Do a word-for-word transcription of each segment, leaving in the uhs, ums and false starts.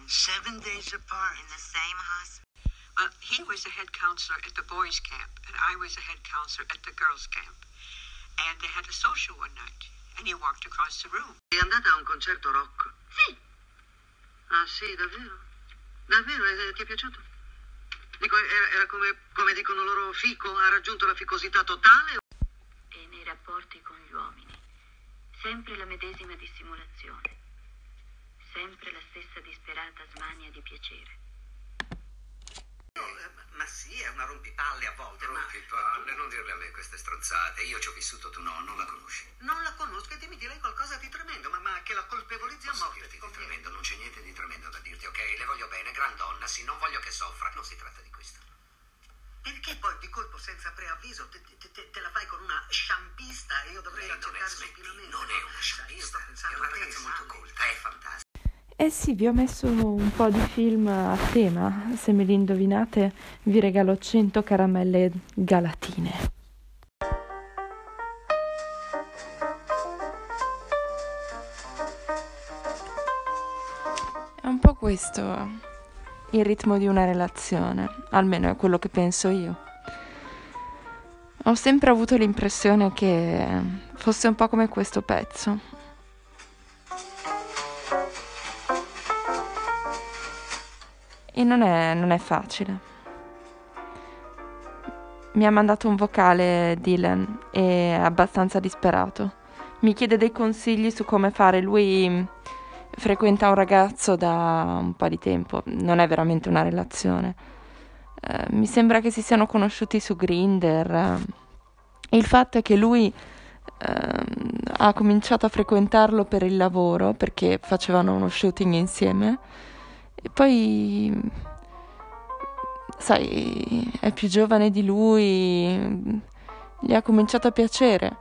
seven days apart. In the same hospital. Well, he was a head counselor at the boys' camp, and I was a head counselor at the girls' camp. And they had a social one night, and he walked across the room. È andata a un concerto rock? Sì. Ah sì, davvero? Davvero? E ti è piaciuto? Dico, era, era come, come dicono loro, fico, ha raggiunto la ficosità totale? E nei rapporti con gli uomini, sempre la medesima dissimulazione, sempre la stessa disperata smania di piacere. No, eh, ma sì, è una rompipalle a volte, Rompipalle, non dirle a me queste stronzate. Io ci ho vissuto, tu no, non la conosci. Non la conosco e ti mi direi qualcosa di tremendo, ma, ma che la colpevolizzi a Posso morte. dirti di tremendo? Non c'è niente di tremendo da dirti, ok? Le voglio bene, gran donna, sì, non voglio che soffra. Non si tratta di questo. Perché poi di colpo senza preavviso te, te, te, te la fai con una sciampista e io dovrei Lei non è accettare Smetti, supinamente? non è una Sai, io sto sciampista, pensando è una a te, ragazza molto sai. colta, è fantastica. Eh sì, vi ho messo un po' di film a tema, se me li indovinate vi regalo cento caramelle galatine. È un po' questo il ritmo di una relazione, almeno è quello che penso io. Ho sempre avuto l'impressione che fosse un po' come questo pezzo. E non è, non è facile. Mi ha mandato un vocale Dylan, è abbastanza disperato. Mi chiede dei consigli su come fare. Lui frequenta un ragazzo da un po' di tempo, non è veramente una relazione. Eh, mi sembra che si siano conosciuti su Grindr. Il fatto è che lui eh, ha cominciato a frequentarlo per il lavoro, perché facevano uno shooting insieme. E poi, sai, è più giovane di lui, gli ha cominciato a piacere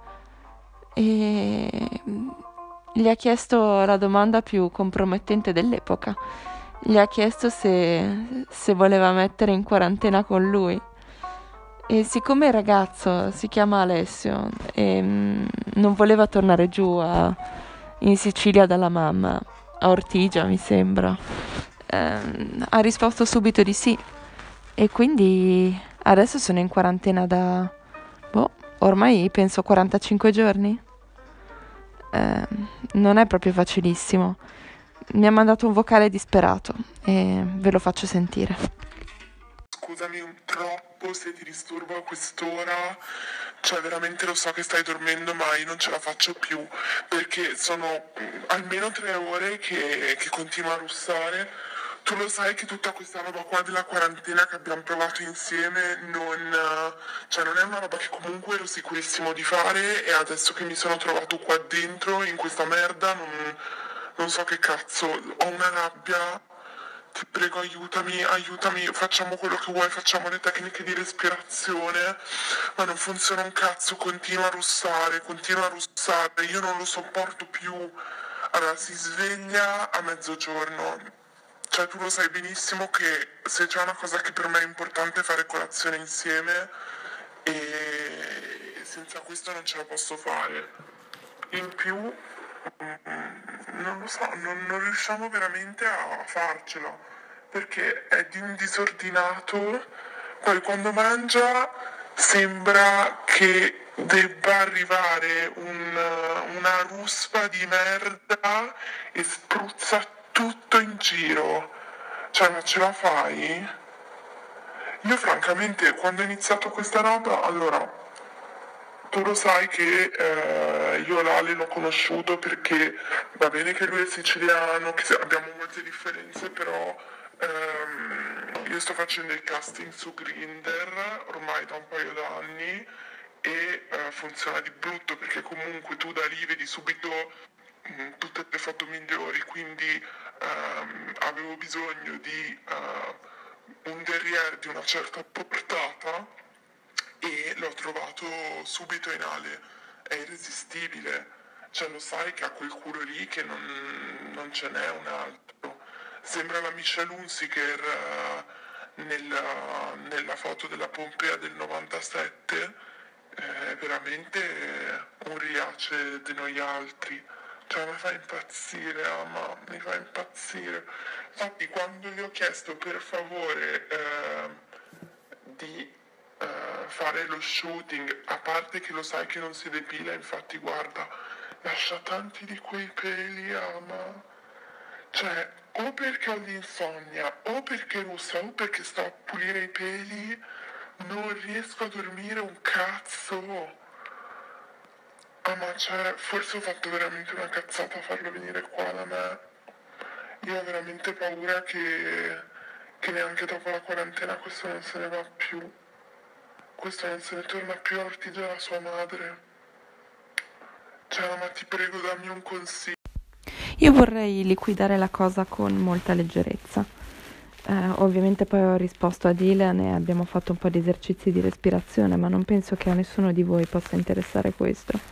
e gli ha chiesto la domanda più compromettente dell'epoca. Gli ha chiesto se, se voleva mettere in quarantena con lui. E siccome il ragazzo si chiama Alessio e mm, non voleva tornare giù a, in Sicilia dalla mamma, a Ortigia mi sembra, ehm, ha risposto subito di sì. E quindi adesso sono in quarantena da, boh, ormai penso quarantacinque giorni. Eh, non è proprio facilissimo. Mi ha mandato un vocale disperato e ve lo faccio sentire. Scusami un troppo se ti disturbo a quest'ora, cioè veramente lo so che stai dormendo ma io non ce la faccio più perché sono mm, almeno tre ore che, che continuo a russare. Tu lo sai che tutta questa roba qua della quarantena che abbiamo provato insieme non, eh, cioè non è una roba che comunque ero sicurissimo di fare e adesso che mi sono trovato qua dentro in questa merda non, non so che cazzo, ho una rabbia. Ti prego, aiutami, aiutami, facciamo quello che vuoi, facciamo le tecniche di respirazione, ma non funziona un cazzo, continua a russare, continua a russare, io non lo sopporto più. Allora, si sveglia a mezzogiorno, cioè tu lo sai benissimo che se c'è una cosa che per me è importante è fare colazione insieme e senza questo non ce la posso fare. In più, non lo so, non, non riusciamo veramente a farcela perché è di un disordinato. Poi quando mangia sembra che debba arrivare un, una ruspa di merda e spruzza tutto in giro. Cioè, ma ce la fai? Io francamente quando ho iniziato questa roba, allora tu lo sai che eh, io l'Ale l'ho conosciuto perché va bene che lui è siciliano, che abbiamo molte differenze, però ehm, io sto facendo il casting su Grindr ormai da un paio d'anni e eh, funziona di brutto perché comunque tu da lì vedi subito mh, tutte le foto migliori, quindi ehm, avevo bisogno di eh, un derrière di una certa portata e l'ho trovato subito in Ale, è irresistibile, cioè lo sai che ha quel culo lì che non, non ce n'è un altro, sembra la Michelle Hunziker uh, nella, nella foto della Pompea del novantasette, è veramente un riace di noi altri, cioè mi fa impazzire, ama, mi fa impazzire, Infatti quando gli ho chiesto per favore eh, di eh, fare lo shooting, a parte che lo sai che non si depila, infatti guarda, lascia tanti di quei peli, ama. Cioè, o perché ho l'insonnia, o perché russa, o perché sto a pulire i peli, non riesco a dormire un cazzo. Ah, ma cioè, forse ho fatto veramente una cazzata a farlo venire qua da me. Io ho veramente paura che, che neanche dopo la quarantena questo non se ne va più. Questo non se ne torna più a Ortigia della sua madre. Cioè, ma ti prego, dammi un consiglio. Io vorrei liquidare la cosa con molta leggerezza. Eh, ovviamente poi ho risposto a Dylan e abbiamo fatto un po' di esercizi di respirazione, ma non penso che a nessuno di voi possa interessare questo.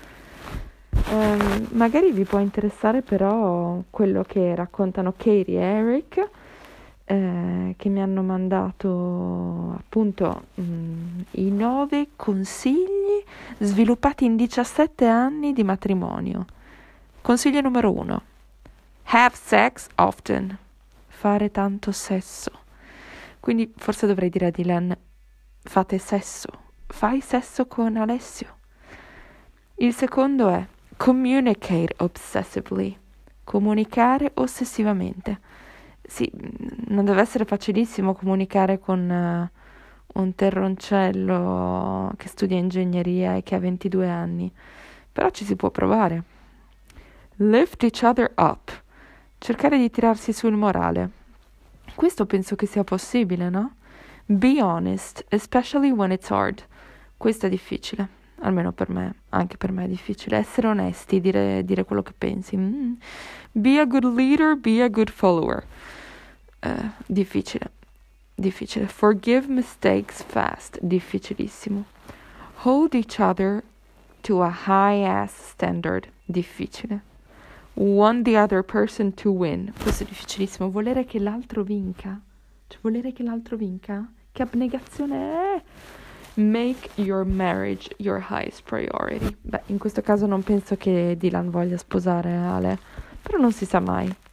Eh, magari vi può interessare però quello che raccontano Katie e Eric, eh, che mi hanno mandato appunto mh, i nove consigli sviluppati in diciassette anni di matrimonio. Consiglio numero uno: have sex often. Fare tanto sesso. Quindi forse dovrei dire a Dylan: fate sesso. Fai sesso con Alessio. Il secondo è communicate obsessively. Comunicare ossessivamente. Sì, non deve essere facilissimo comunicare con uh, un terroncello che studia ingegneria e che ha ventidue anni, però ci si può provare. Lift each other up. Cercare di tirarsi sul morale. Questo penso che sia possibile, no? Be honest, especially when it's hard. Questo è difficile, almeno per me, anche per me è difficile. Essere onesti, dire, dire quello che pensi. Mm. Be a good leader, be a good follower. Uh, difficile, difficile. Forgive mistakes fast. Difficilissimo. Hold each other to a high-ass standard. Difficile. Want the other person to win. Questo è difficilissimo. Volere che l'altro vinca. Cioè, volere che l'altro vinca? Che abnegazione è? Make your marriage your highest priority. Beh, in questo caso non penso che Dylan voglia sposare Ale, però non si sa mai.